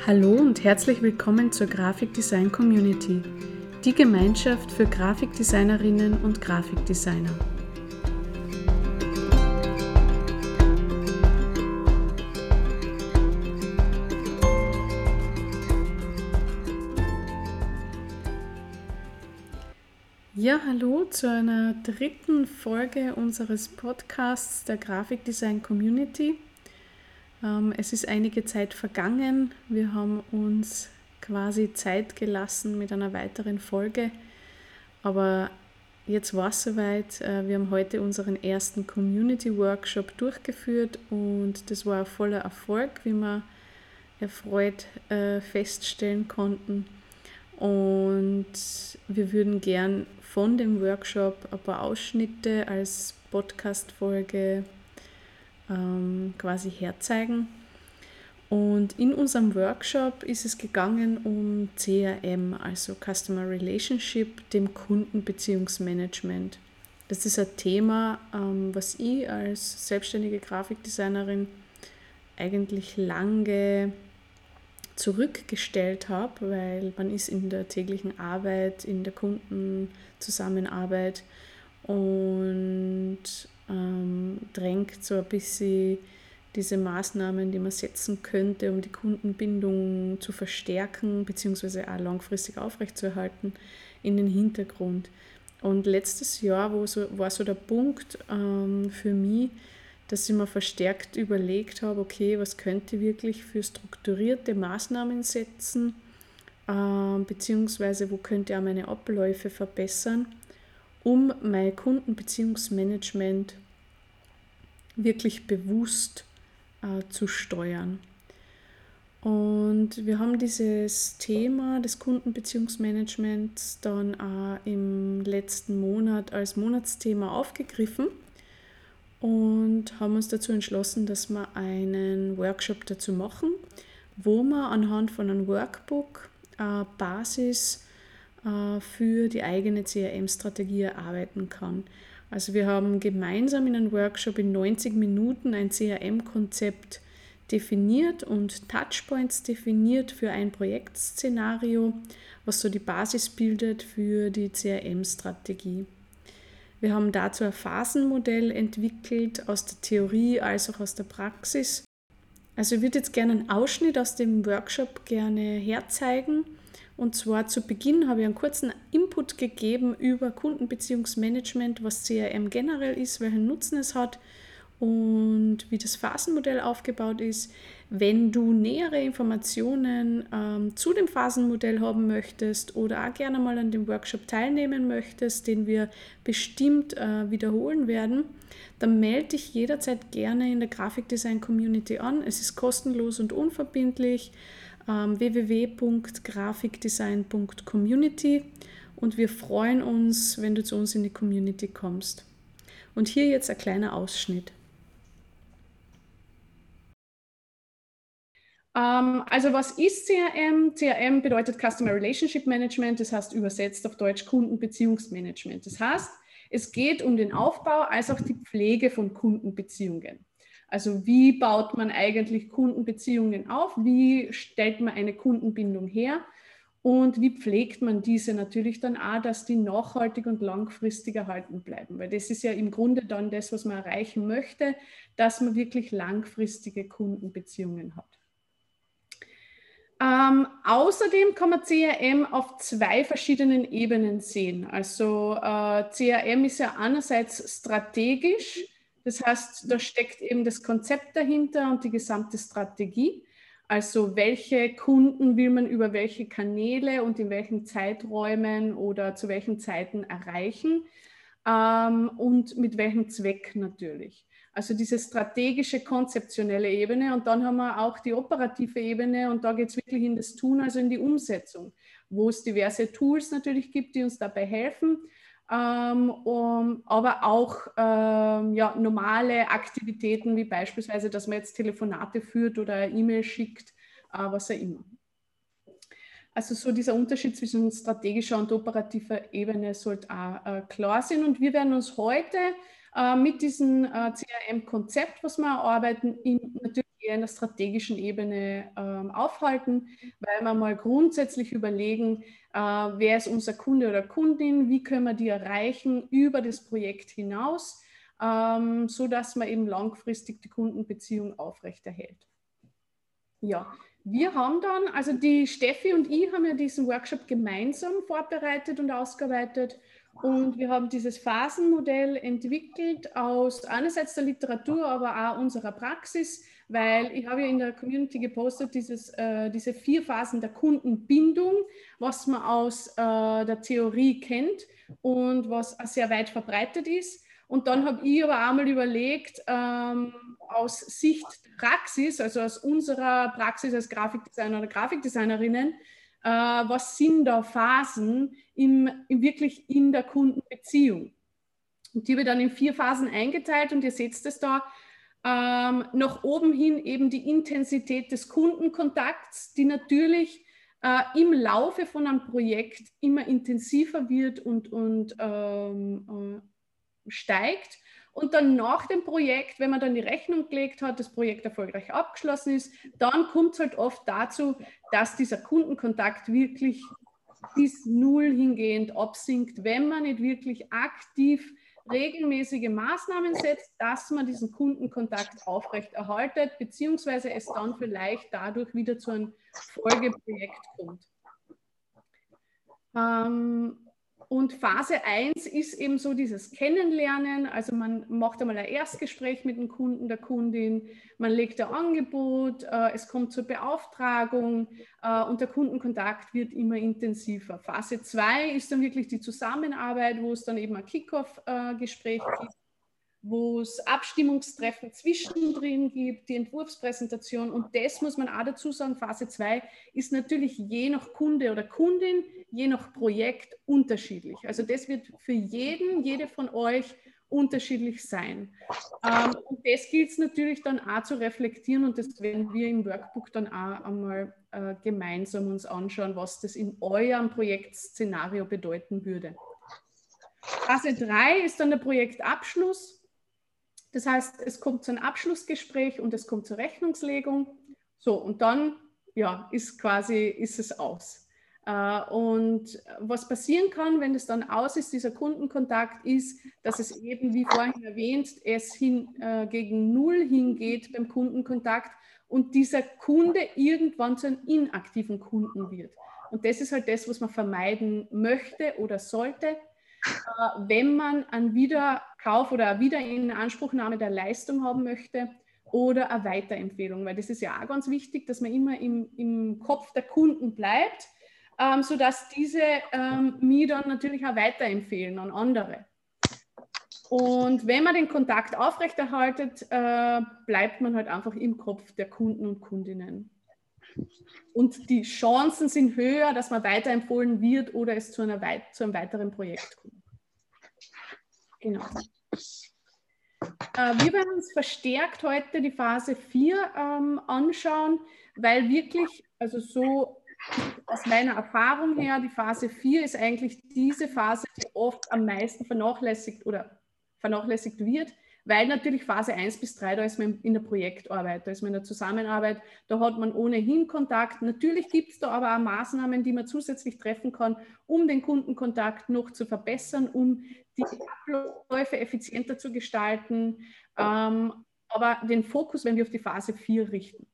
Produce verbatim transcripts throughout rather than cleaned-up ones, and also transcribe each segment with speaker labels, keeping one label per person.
Speaker 1: Hallo und herzlich willkommen zur Grafikdesign Community, die Gemeinschaft für Grafikdesignerinnen und Grafikdesigner. Ja, hallo zu einer dritten Folge unseres Podcasts der Grafikdesign Community. Ähm, es ist einige Zeit vergangen. Wir haben uns quasi Zeit gelassen mit einer weiteren Folge. Aber jetzt war es soweit. Wir haben heute unseren ersten Community-Workshop durchgeführt und das war ein voller Erfolg, wie wir erfreut äh, feststellen konnten. Und wir würden gern von dem Workshop ein paar Ausschnitte als Podcast-Folge ähm, quasi herzeigen. Und in unserem Workshop ist es gegangen um C R M, also Customer Relationship, dem Kundenbeziehungsmanagement. Das ist ein Thema, ähm, was ich als selbstständige Grafikdesignerin eigentlich lange zurückgestellt habe, weil man ist in der täglichen Arbeit, in der Kundenzusammenarbeit und ähm, drängt so ein bisschen diese Maßnahmen, die man setzen könnte, um die Kundenbindung zu verstärken bzw. auch langfristig aufrechtzuerhalten, in den Hintergrund. Und letztes Jahr wo so, war so der Punkt ähm, für mich, dass ich mir verstärkt überlegt habe, okay, was könnte ich wirklich für strukturierte Maßnahmen setzen, äh, beziehungsweise wo könnte ich auch meine Abläufe verbessern, um mein Kundenbeziehungsmanagement wirklich bewusst äh, zu steuern. Und wir haben dieses Thema des Kundenbeziehungsmanagements dann auch im letzten Monat als Monatsthema aufgegriffen und haben uns dazu entschlossen, dass wir einen Workshop dazu machen, wo man anhand von einem Workbook äh, Basis äh, für die eigene C R M-Strategie erarbeiten kann. Also wir haben gemeinsam in einem Workshop in neunzig Minuten ein C R M-Konzept definiert und Touchpoints definiert für ein Projektszenario, was so die Basis bildet für die C R M-Strategie. Wir haben dazu ein Phasenmodell entwickelt, aus der Theorie als auch aus der Praxis. Also ich würde jetzt gerne einen Ausschnitt aus dem Workshop gerne herzeigen. Und zwar zu Beginn habe ich einen kurzen Input gegeben über Kundenbeziehungsmanagement, was C R M generell ist, welchen Nutzen es hat und wie das Phasenmodell aufgebaut ist. Wenn du nähere Informationen ähm, zu dem Phasenmodell haben möchtest oder auch gerne mal an dem Workshop teilnehmen möchtest, den wir bestimmt äh, wiederholen werden, dann melde dich jederzeit gerne in der Grafikdesign-Community an. Es ist kostenlos und unverbindlich. w w w punkt grafikdesign punkt community und wir freuen uns, wenn du zu uns in die Community kommst. Und hier jetzt ein kleiner Ausschnitt. Also was ist C R M? C R M bedeutet Customer Relationship Management, das heißt übersetzt auf Deutsch Kundenbeziehungsmanagement. Das heißt, es geht um den Aufbau als auch die Pflege von Kundenbeziehungen. Also wie baut man eigentlich Kundenbeziehungen auf? Wie stellt man eine Kundenbindung her? Und wie pflegt man diese natürlich dann auch, dass die nachhaltig und langfristig erhalten bleiben? Weil das ist ja im Grunde dann das, was man erreichen möchte, dass man wirklich langfristige Kundenbeziehungen hat. Ähm, außerdem kann man C R M auf zwei verschiedenen Ebenen sehen. Also äh, C R M ist ja einerseits strategisch, das heißt, da steckt eben das Konzept dahinter und die gesamte Strategie. Also welche Kunden will man über welche Kanäle und in welchen Zeiträumen oder zu welchen Zeiten erreichen ähm, und mit welchem Zweck natürlich. Also diese strategische, konzeptionelle Ebene und dann haben wir auch die operative Ebene und da geht es wirklich in das Tun, also in die Umsetzung, wo es diverse Tools natürlich gibt, die uns dabei helfen, ähm, um, aber auch ähm, ja, normale Aktivitäten wie beispielsweise, dass man jetzt Telefonate führt oder E-Mail schickt, äh, was auch immer. Also so dieser Unterschied zwischen strategischer und operativer Ebene sollte auch äh, klar sein und wir werden uns heute mit diesem äh, C R M-Konzept, was wir erarbeiten, in natürlich eher in der strategischen Ebene ähm, aufhalten, weil wir mal grundsätzlich überlegen, äh, wer ist unser Kunde oder Kundin, wie können wir die erreichen über das Projekt hinaus, ähm, sodass man eben langfristig die Kundenbeziehung aufrechterhält. Ja, wir haben dann, also die Steffi und ich haben ja diesen Workshop gemeinsam vorbereitet und ausgearbeitet und wir haben dieses Phasenmodell entwickelt aus einerseits der Literatur, aber auch unserer Praxis, weil ich habe ja in der Community gepostet, dieses, äh, diese vier Phasen der Kundenbindung, was man aus äh, der Theorie kennt und was sehr weit verbreitet ist. Und dann habe ich aber einmal überlegt, ähm, aus Sicht der Praxis, also aus unserer Praxis als Grafikdesigner oder Grafikdesignerinnen, äh, was sind da Phasen im, im wirklich in der Kundenbeziehung? Und die habe ich dann in vier Phasen eingeteilt und ihr seht es da, ähm, nach oben hin eben die Intensität des Kundenkontakts, die natürlich äh, im Laufe von einem Projekt immer intensiver wird und, und ähm, äh, steigt und dann nach dem Projekt, wenn man dann die Rechnung gelegt hat, das Projekt erfolgreich abgeschlossen ist, dann kommt es halt oft dazu, dass dieser Kundenkontakt wirklich bis null hingehend absinkt, wenn man nicht wirklich aktiv regelmäßige Maßnahmen setzt, dass man diesen Kundenkontakt aufrechterhaltet, beziehungsweise es dann vielleicht dadurch wieder zu einem Folgeprojekt kommt. Ähm, Und Phase eins ist eben so dieses Kennenlernen, also man macht einmal ein Erstgespräch mit dem Kunden, der Kundin, man legt ein Angebot, äh, es kommt zur Beauftragung äh, und der Kundenkontakt wird immer intensiver. Phase zwei ist dann wirklich die Zusammenarbeit, wo es dann eben ein Kick-Off-Gespräch äh, gibt, wo es Abstimmungstreffen zwischendrin gibt, die Entwurfspräsentation und das muss man auch dazu sagen, Phase zwei ist natürlich je nach Kunde oder Kundin, je nach Projekt unterschiedlich. Also das wird für jeden, jede von euch unterschiedlich sein. Ähm, und das gilt es natürlich dann auch zu reflektieren und das werden wir im Workbook dann auch einmal äh, gemeinsam uns anschauen, was das in eurem Projektszenario bedeuten würde. Phase drei ist dann der Projektabschluss. Das heißt, es kommt zu einem Abschlussgespräch und es kommt zur Rechnungslegung. So, und dann ja, ist quasi ist es aus. Äh, und was passieren kann, wenn es dann aus ist, dieser Kundenkontakt, ist, dass es eben, wie vorhin erwähnt, es hin, äh, gegen Null hingeht beim Kundenkontakt und dieser Kunde irgendwann zu einem inaktiven Kunden wird. Und das ist halt das, was man vermeiden möchte oder sollte, wenn man einen Wiederkauf oder eine Wiederinanspruchnahme der Leistung haben möchte oder eine Weiterempfehlung, weil das ist ja auch ganz wichtig, dass man immer im, im Kopf der Kunden bleibt, ähm, sodass diese ähm, mir dann natürlich auch weiterempfehlen an andere. Und wenn man den Kontakt aufrechterhaltet, äh, bleibt man halt einfach im Kopf der Kunden und Kundinnen. Und die Chancen sind höher, dass man weiterempfohlen wird oder es zu, einer weit zu einem weiteren Projekt kommt. Genau. Äh, wir werden uns verstärkt heute die Phase vier ähm, anschauen, weil wirklich, also so aus meiner Erfahrung her, die Phase vier ist eigentlich diese Phase, die oft am meisten vernachlässigt oder vernachlässigt wird, weil natürlich Phase eins bis drei, da ist man in der Projektarbeit, da ist man in der Zusammenarbeit, da hat man ohnehin Kontakt. Natürlich gibt es da aber auch Maßnahmen, die man zusätzlich treffen kann, um den Kundenkontakt noch zu verbessern, um die Abläufe effizienter zu gestalten, ähm, aber den Fokus, wenn wir auf die Phase vier richten.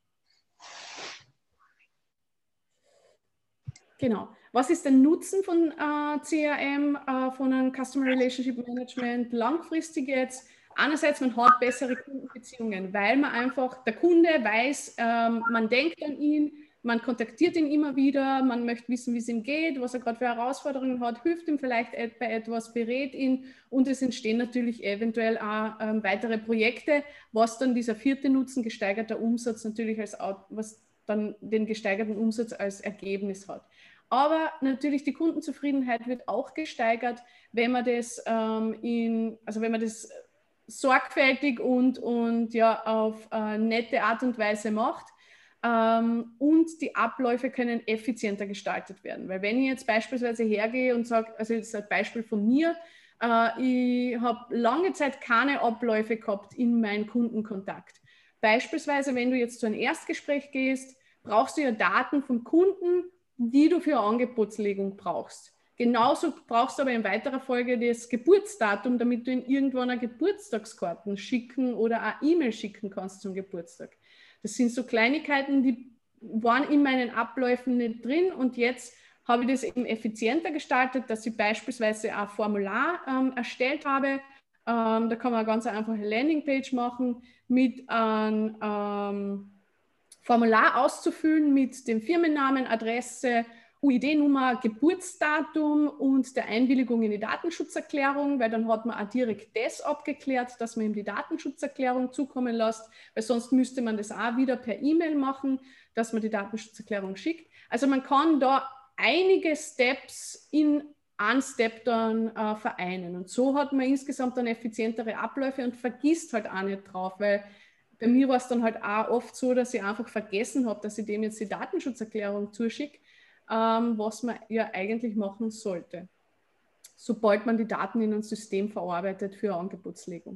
Speaker 1: Genau. Was ist der Nutzen von äh, C R M, äh, von einem Customer Relationship Management langfristig jetzt? Einerseits, man hat bessere Kundenbeziehungen, weil man einfach, der Kunde weiß, ähm, man denkt an ihn, man kontaktiert ihn immer wieder, man möchte wissen, wie es ihm geht, was er gerade für Herausforderungen hat, hilft ihm vielleicht bei etwas, berät ihn und es entstehen natürlich eventuell auch ähm, weitere Projekte, was dann dieser vierte Nutzen, gesteigerter Umsatz natürlich als, was dann den gesteigerten Umsatz als Ergebnis hat. Aber natürlich die Kundenzufriedenheit wird auch gesteigert, wenn man das ähm, in, also wenn man das sorgfältig und, und ja, auf äh, nette Art und Weise macht. Ähm, und die Abläufe können effizienter gestaltet werden. Weil wenn ich jetzt beispielsweise hergehe und sage, also das ist ein Beispiel von mir, äh, ich habe lange Zeit keine Abläufe gehabt in meinem Kundenkontakt. Beispielsweise, wenn du jetzt zu einem Erstgespräch gehst, brauchst du ja Daten vom Kunden, die du für eine Angebotslegung brauchst. Genauso brauchst du aber in weiterer Folge das Geburtsdatum, damit du in irgendwann eine Geburtstagskarten schicken oder eine E-Mail schicken kannst zum Geburtstag. Das sind so Kleinigkeiten, die waren in meinen Abläufen nicht drin und jetzt habe ich das eben effizienter gestaltet, dass ich beispielsweise ein Formular ähm, erstellt habe. Ähm, da kann man eine ganz einfache Landingpage machen mit einem ähm, Formular auszufüllen mit dem Firmennamen, Adresse, U I D-Nummer, Geburtsdatum und der Einwilligung in die Datenschutzerklärung, weil dann hat man auch direkt das abgeklärt, dass man ihm die Datenschutzerklärung zukommen lässt, weil sonst müsste man das auch wieder per E-Mail machen, dass man die Datenschutzerklärung schickt. Also man kann da einige Steps in einen Step dann äh, vereinen und so hat man insgesamt dann effizientere Abläufe und vergisst halt auch nicht drauf, weil bei mir war es dann halt auch oft so, dass ich einfach vergessen habe, dass ich dem jetzt die Datenschutzerklärung zuschicke, ähm, was man ja eigentlich machen sollte, sobald man die Daten in ein System verarbeitet für eine Angebotslegung.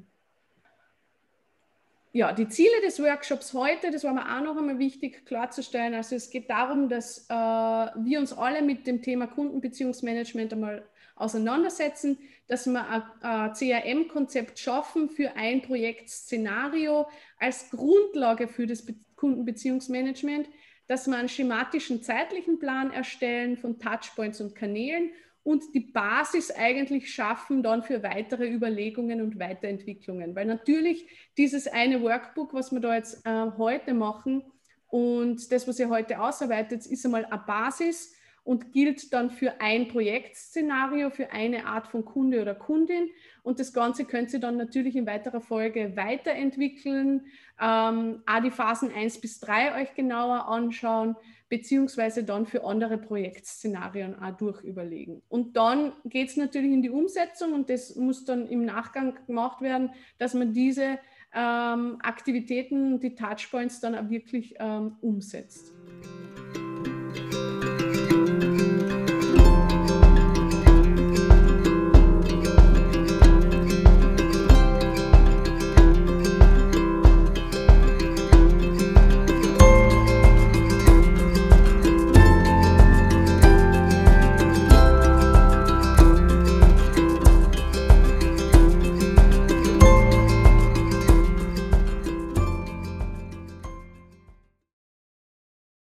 Speaker 1: Ja, die Ziele des Workshops heute, das war mir auch noch einmal wichtig klarzustellen. Also es geht darum, dass äh, wir uns alle mit dem Thema Kundenbeziehungsmanagement einmal auseinandersetzen, dass wir ein, ein C R M-Konzept schaffen für ein Projektszenario als Grundlage für das Be- Kundenbeziehungsmanagement, dass wir einen schematischen zeitlichen Plan erstellen von Touchpoints und Kanälen und die Basis eigentlich schaffen dann für weitere Überlegungen und Weiterentwicklungen. Weil natürlich dieses eine Workbook, was wir da jetzt äh, heute machen und das, was ihr heute ausarbeitet, ist einmal eine Basis und gilt dann für ein Projektszenario, für eine Art von Kunde oder Kundin. Und das Ganze könnt ihr dann natürlich in weiterer Folge weiterentwickeln, ähm, auch die Phasen eins bis drei euch genauer anschauen, beziehungsweise dann für andere Projektszenarien auch durchüberlegen. Und dann geht es natürlich in die Umsetzung und das muss dann im Nachgang gemacht werden, dass man diese ähm, Aktivitäten, die Touchpoints dann auch wirklich ähm, umsetzt.